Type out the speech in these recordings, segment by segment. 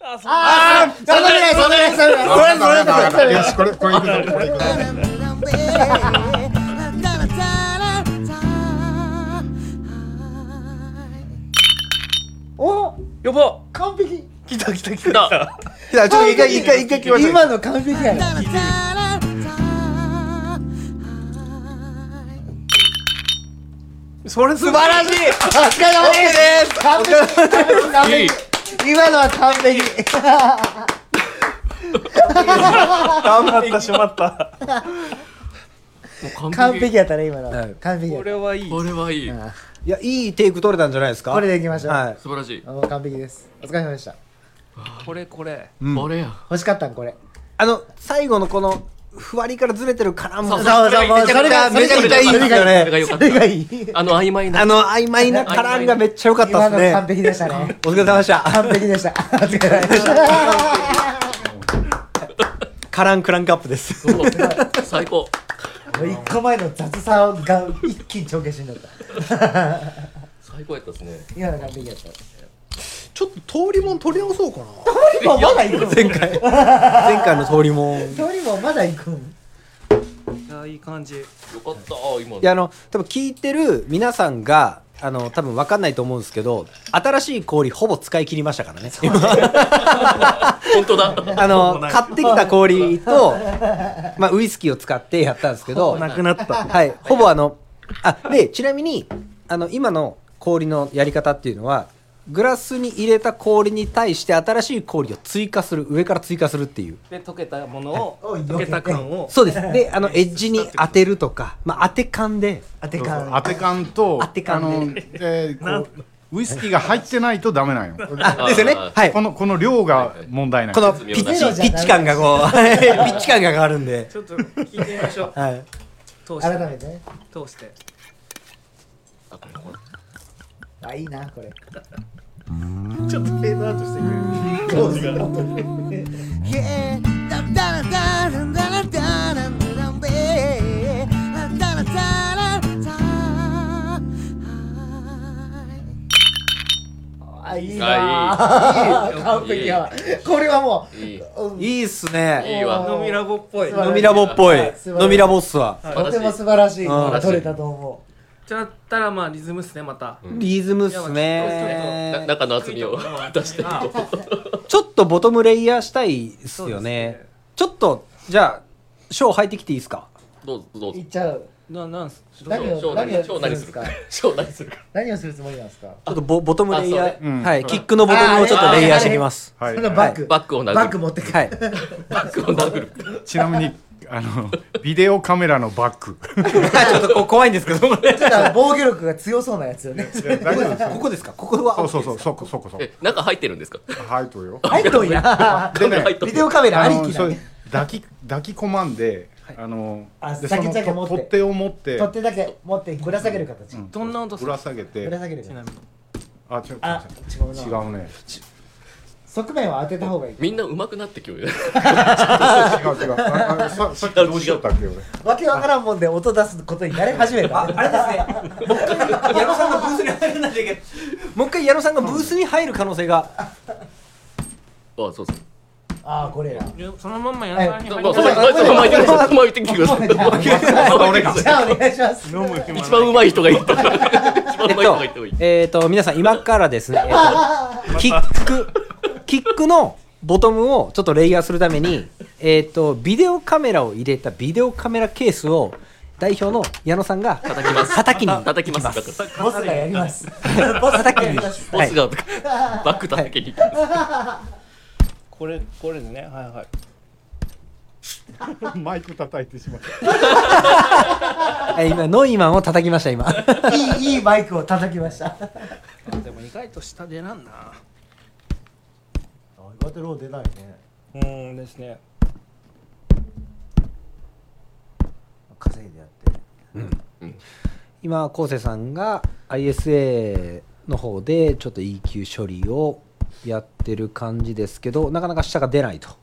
ああ、それないそれないそれない。 よし、これいくぞ、これいくぞ。 お、 やば完璧。 来た来た来来た。 た。 じゃあちょっと一回聞きましょう。 今の完璧やね。 それ素晴らしい。お疲れ様です。完璧完いい璧。今のは完璧。 頑張ったしまった。 もう完璧やったね今のはい。 完璧やった。 これはいい。 これはいい。 いや、いいテイク取れたんじゃないですか。 これでいきましょう。 はい。 素晴らしい。 もう完璧です。お疲れ様でした。 これこれ。 うんこれや。 欲しかったんこれ。 最後のこのふわりからずれてる絡む。 そうそうそう、もうそれがめちゃくちゃいいですよそれがね。 良かったそれ。がいい。 曖昧な。 曖昧な絡んがめっちゃ良かった今ですね。 の完璧でしたね。 お疲れ様でした。 完璧でした。お疲れ様でした。 絡んクランクアップです。 そう最高。 もう一個前の雑さが一気に帳消しになった。 最高やったですね。 今の完璧やった。 ちょっと通りもん取り直そうかな。 今まだ行くん。 前回の通りもん。い通りもまだ行くん。 いやいい感じ。 よかった今の。 や多分聞いてる皆さんが多分分かんないと思うんですけど、新しい氷ほぼ使い切りましたからね。 本当だ。 買ってきた氷と、まあ、ウイスキーを使ってやったんですけど、 なくなった。 はい、ほぼでちなみに今の氷のやり方っていうのは、グラスに入れた氷に対して新しい氷を追加する、上から追加するっていう。 で溶けたものをおい溶けた感を。 そうです。でエッジに当てるとか、まあ、当て感で当て感。 当て感ウイスキーが入ってないとダメなんよ。 ですよね。はい。 この量が問題ない。 このピッチ感がこうピッチ感が上がるんで。 ちょっと聞いてみましょう。 はい。 通して改めてね。 通して。 あ、いいなこれ。 ちょっとフェードアウトしてくれる。 どうする？あ、いいな。完璧やわ。これはもう。 いい。 いいっすね。 いいわ。 ノミラボっぽい。 素晴らしい飲みラボっぽい。 素晴らしい飲みラボっすわ。 とても素晴らしいのがうん取れたと思じゃあったらまあリズムっすねまた。 リズムっすなね。 中の厚みを出していこう。 ちょっとボトムレイヤーしたいっすよそうですねね。 ちょっとじゃあショー入ってきていいですか。 どうぞどうう。 ぞいっ。ちゃう。 なんす。 何をショー何するか。ショー何するか。 何をするつもりなんですか。 ちょっとボトムレイヤあそうー、 ねはい、キックのボトムをちょっとレイヤーしてきます。 はいそのバッグ。 バッグを殴る。 バッグ持ってくる。 はい。 バッグを殴る。 ちなみにビデオカメラのバッグ。 ちょっと怖いんですけど、これ。 ちょっと防御力が強そうなやつよね。 大丈夫ですよ。 ここですか。ここは。 そうそこ。 中入ってるんですか。 はいとよ。 入っとんや。 でね、 ビデオカメラありきそうだね。 抱き込まんで、 あで先だけ持って取っ手を持って取っ手だけ持ってぶら下げる形。 どんな音すぶる。 ら下げてぶら下げる。 ちなみに。 ああ、違うな。 違うね。 側面は当てた方がいい。 みんな上手くなって今日。 違うさっきどうしよったっけ俺。 わけわからんもんで音出すことに慣れ始めた。 あれですね。もう一回矢野さんがブースに入らないといけない。もう一回矢野さんがブースに入る可能性が。 あそうそう。 ああ、これや。 そのまんまやらない。 まあそのまま言ってきてください。 じゃあお願いします。 飲む暇ない一番上手い人がいいとか。一番上手い人がいった方がいい。 皆さん今からですね、キックのボトムをちょっとレイヤーするために、ビデオカメラを入れたビデオカメラケースを代表の矢野さんが叩きます。 叩きに叩きます。だからボスがやります。ボスがやります。 ボスがバック叩きに行きます。 これですね。はいはい。 マイク叩いてしまった。 今ノイマンを叩きました今。 いいマイクを叩きました。 でも意外と下出なんな。 意外とロー出ないね。 ですね。 稼いでやって。 今昴生さんが ISA の方でちょっと EQ 処理をやってる感じですけど、なかなか下が出ないと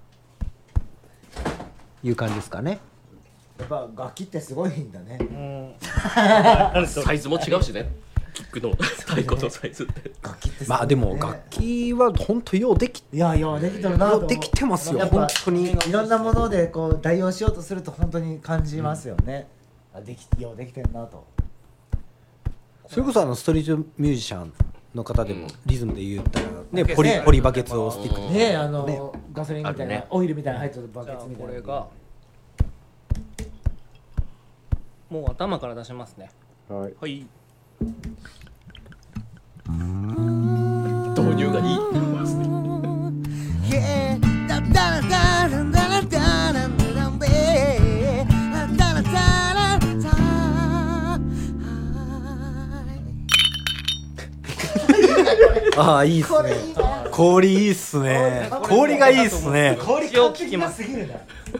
いう感じですかね。 やっぱ楽器ってすごいんだね。 サイズも違うしね。 キックの太鼓のサイズって。 楽器ってまあでも楽器は本当ようできいやできてるなと思う。 できてますよやっぱ本当に。 いろんなものでこう代用しようとすると本当に感じますよね。できてるなと。 それこそストリートミュージシャンの方でもリズムで言ったらねねポリバケツをスティックねねガソリンみたいな、 ねオイルみたいなの入ってるバケツみたいな。 これがもう頭から出しますね。 はいはい。導入がいいって言いますね。 ああいいっすね。氷いいっすね。氷がいいっすね。 氷完璧なすぎるな。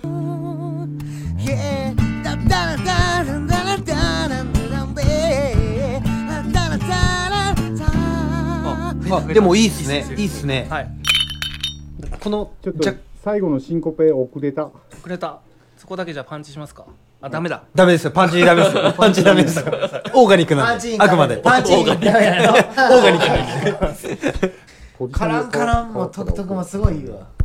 あでもいいっすね。いいっすね。 はいこのちょっと最後のシンコペ遅れた。 くれた。そこだけじゃパンチしますか。あ、ダメだ。 ダメですよ。パンチダメですよ。パンチダメですよ。オーガニックなんで。あくまで。 パンチインダメなの。 オーガニックなんで。 カランカランもトクトクもすごいいいわ。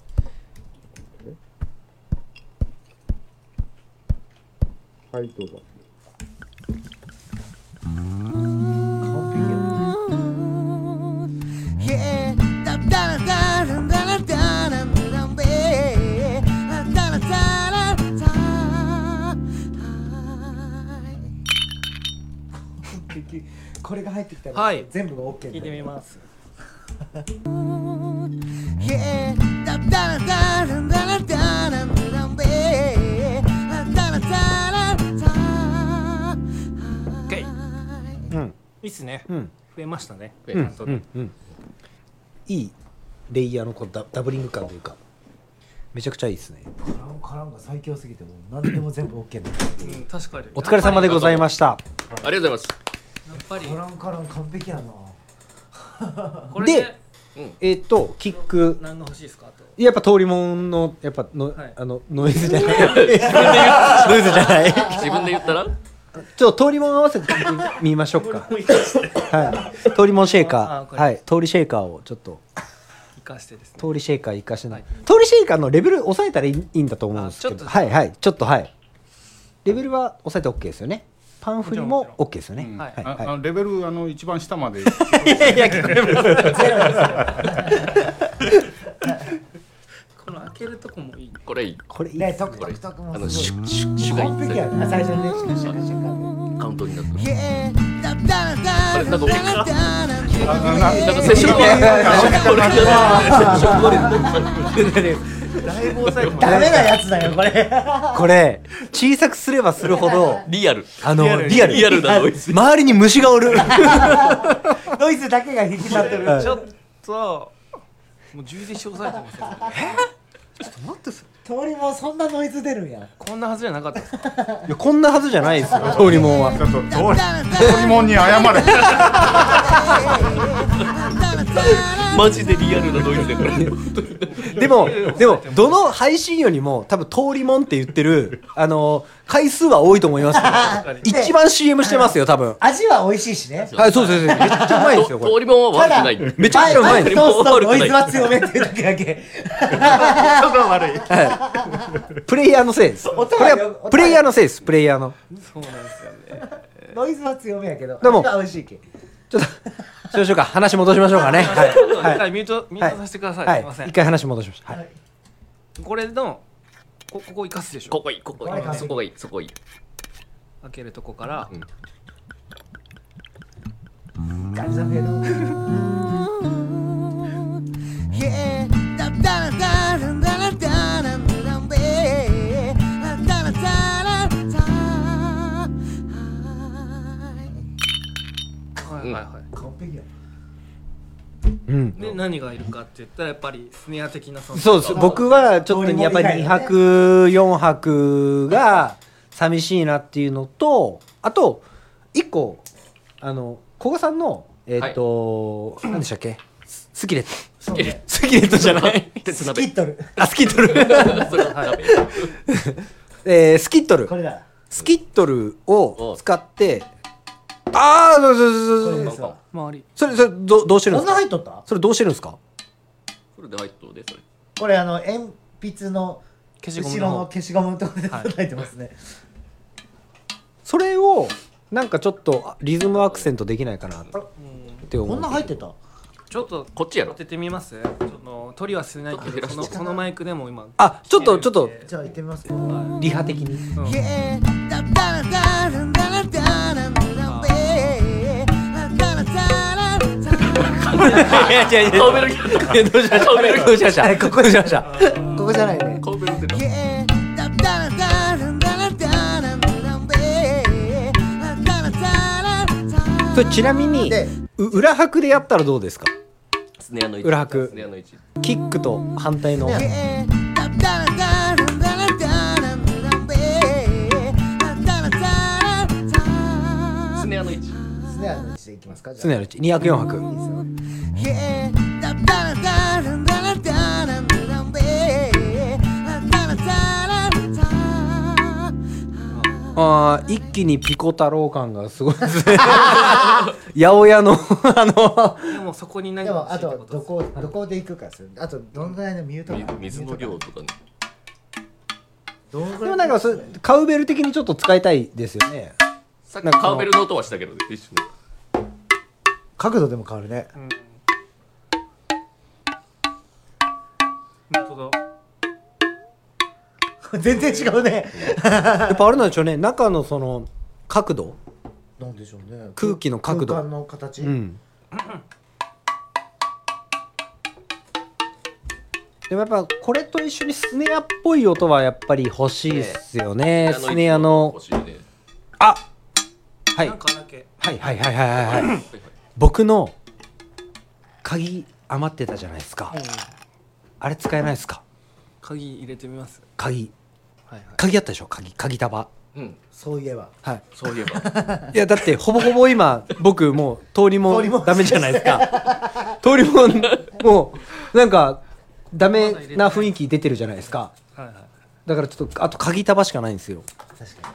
はいどうぞ。 完璧やな。これが入ってきたら、 はい全部が OK 聞いてみます。 うんいいっすね。 うん増えましたね。 うんうんいいレイヤーのこうダブリング感というかめちゃくちゃいいですね。 カランが最強すぎてもう何でも全部 OK だ。 うん、確かに。 お疲れ様でございました。 ありがとうございます。 やっぱりカラン完璧やな。 これででキック何が欲しいですか。あとやっぱ通りもんのやっぱの、 はいノイズじゃないノイズじゃない自分で言ったらちょっと通りもん合わせてみましょうか。はい通りもんシェーカーはい通りシェーカーをちょっと生かしてですね。 通りシェーカー生かしてない、通りシェーカーのレベル抑えたらいいんだと思うんですけど、 あちょっとはいはいちょっとはいレベルは抑えて OK ですよね。パンフリも OK ですよね。 うんはいはいはいレベル一番下まで。 いや聞こえますこの開けるとこもいい。 これいい。 これいいねトクトクトクもすごい。 シュッシュッシュがいい完璧やな。最初にねシャカシャカシャカカウントになってる。 あなんかセッションだいぶ抑えてもダメなやつだよこれ。 これ小さくすればするほどリアル。 リアルなノイズ。 周りに虫がおるノイズだけが引き立ってる。 ちょっともう充実して抑えてますよ。 通りもそんなノイズ出るんや。 こんなはずじゃなかったですか。 いやこんなはずじゃないですよ通りもんは。 ちょっと通りもんに謝れ。 マジでリアルなノイズでこれ。 でもどの配信よりも多分通りもんって言ってる回数は多いと思いますよ。一番 CM してますよ多分。 味は美味しいしね。 はいそうですめっちゃうまいですよこれ。 通りもんは悪くない。 めちゃくちゃうまいですトーストノイズは強めっていうだけだけ。 プレイヤーのせいです。これはプレイヤーのせいです。プレイヤーの。 そうなんですよね。 ノイズは強めやけど。 でも味は美味しいけ。 ちょっとそうしようか話戻しましょうかね。はいはいミュートさせてください。 はいすいません一。回話戻しました。はいこれのここ生かすでしょ。 ここいい、ここいい。そこがいい、そこいい。 開けるとこからガリザフェル。 はいはいは完璧や。 うんい。で何がいるかって言ったらやっぱりスネア的な存在。 そうです。僕はちょっとやっぱり2泊4泊が寂しいなっていうのと、あと1個古賀さんの何でしたっけ？スキレット。 そうね。 スキレットじゃない。 鉄スキットル。 あスキットル。 それはダメ。 スキットルこ。れだ。 スキットルを使ってああ、 これそうですわ。 周りそれどうしてるんこんですか？ な入っとった？ それどうしてるんですか？ それで入っとうでそれ。 これ鉛筆の消しゴム後ろのの消しゴムのところではい叩いてますね。 それをなんかちょっとリズムアクセントできないかなって思う。 こんな入ってた？ ちょっとこっちやろ当ててみます。その鳥は吸えないけどちょっと減らしてこのマイクでも今あ、ちょっとじゃあ行ってみます。 リハ的に。 うんいや違う違う。 カウベル来た。 どうしました？どうしました？ここどうしました？ ここじゃないね。 カウベル出た。 それちなみにで裏拍でやったらどうですか？ スネアの位置。 裏拍スネアの位置。 キックと反対の。 スネアの位置。 スネアの位置でいきますか？じゃあスネアのうち204拍。あー一気にピコ太郎感がすごいですね。八百屋のでもそこに何でもあとが欲しいってことですどこで行くかする。あとどんぐらいのミュートか。 水の量とかね。 どんぐらい。 でもなんかそれカウベル的にちょっと使いたいですよね。 さっきカウベルの音はしたけどね一瞬で。 角度でも変わるね。 うん本当だ全然違うね。 やっぱあれなんでしょうね、中のその角度、 なんでしょうね。 空気の角度空間の形。 うんでもやっぱこれと一緒にスネアっぽい音はやっぱり欲しいっすよね。スネアの欲しいね。 あはいなんかだけはいはいはいはいはいはい僕の鍵余ってたじゃないですか。あれ使えないですか？ 鍵入れてみます。 鍵はいはい鍵あったでしょ？鍵束。 うん。 そういえば。 はいそういえば。 いやだってほぼほぼ今僕もう通りも通りもダメじゃないですか。通りももうなんかダメな雰囲気出てるじゃないですか。 はいはいだからちょっとあと鍵束しかないんですよ。 確か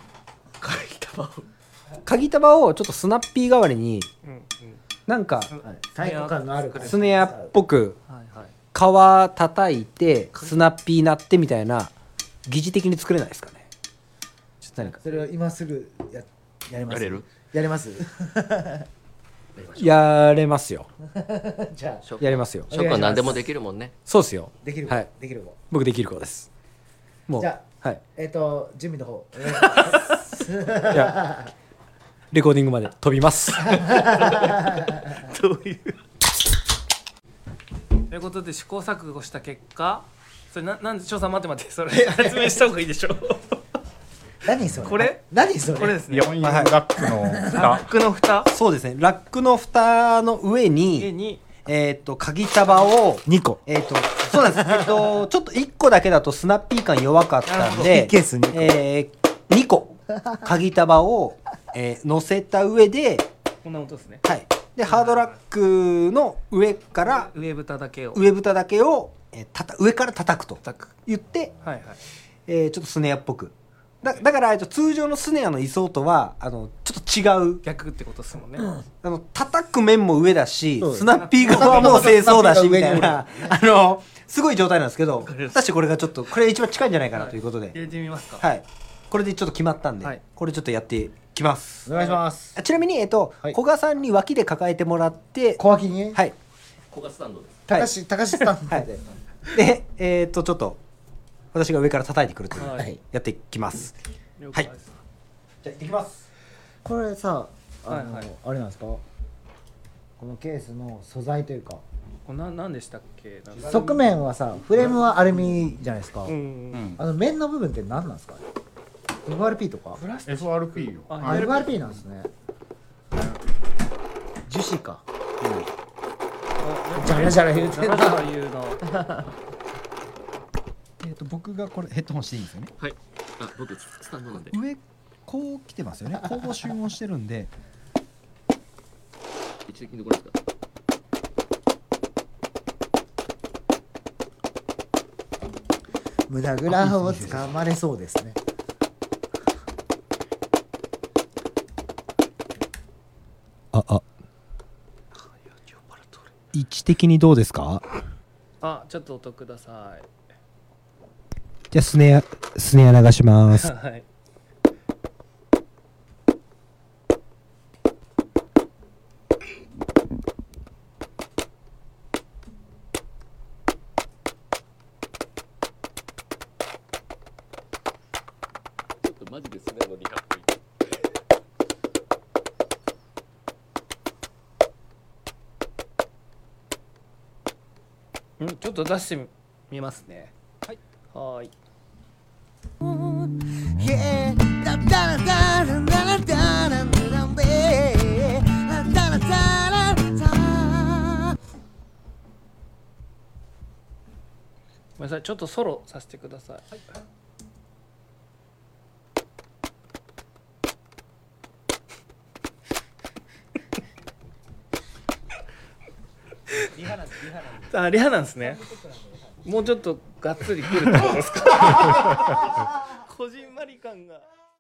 鍵束をちょっとスナッピー代わりにうんうんなんかに。はい。太鼓感のある。 スネアっぽくはいはい皮叩いてスナッピーなってみたいな疑似的に作れないですかね。ちょっと何かそれを今すぐやります。 やれる？ やります。 やれますよ。 じゃあやりますよ。 ショックは何でもできるもんね。 そうっすよ。 できるはいできる子。 僕できる子です。もうじゃはい。 準備の方お願いします。 いやレコーディングまで飛びます。 どういう。 ということで試行錯誤した結果それなんで翔さん待ってそれ説明した方がいいでしょ何それ？ これ？ 何それ？ これですね 4円ラックのラックの蓋そうですね。ラックの蓋の上家にに鍵束を 2個。 そうなんです。ちょっと1個だけだとスナッピー感弱かったんで、 いいケース2 2個鍵束を乗せた上で、 こんな音ですねはい。でハードラックの上から上蓋だけを上蓋だけを上から叩くと叩く言って、 はいはいちょっとスネアっぽく。だから通常のスネアの位相とはちょっと違う。 逆ってことですもんね叩く面も上だし、 そうですスナッピー側も清掃だしみたいスナなすごい状態なんですけど、果たしてこれがちょっとこれ一番近いんじゃないかなということで、 入れてみますかはい、これでちょっと決まったんで、 はいこれちょっとやってきます。 お願いします。 ちなみにい古賀さんに脇で抱えてもらって、 小脇にはい小型スタンドです。 高橋さんで。 でちょっと私が上から叩いてくるという、 はいやっていきます。 了解ですじゃあ行ってきます。 これさはいはいあれなんですか？このケースの素材というかこれなんでしたっけなんか側面はさフレームはアルミじゃないですか。 うん面の部分って何なんですか？ FRP とか？ プラスチック FRP よ。 ああ FRP なんですね。樹脂か。じゃらじゃら言うてんな。 だから言うの僕がこれヘッドホンしていいんですよね。 はい。あ、僕スタンドなんで。 上こう来てますよね。こう集音してるんで、 一時的にどこですか。 胸ぐらをつかまれそうですね。 位置的にどうですか？ あ、ちょっと音ください。 じゃあスネア流しますはい。 ちょっとマジですね、200個ちょっと出してみますね。はい。はーい。ごめんなさい、ちょっとソロさせてください。 リハなんですあ、リハなんですね。もうちょっとがっつりくるってことですか。こじんまり感が。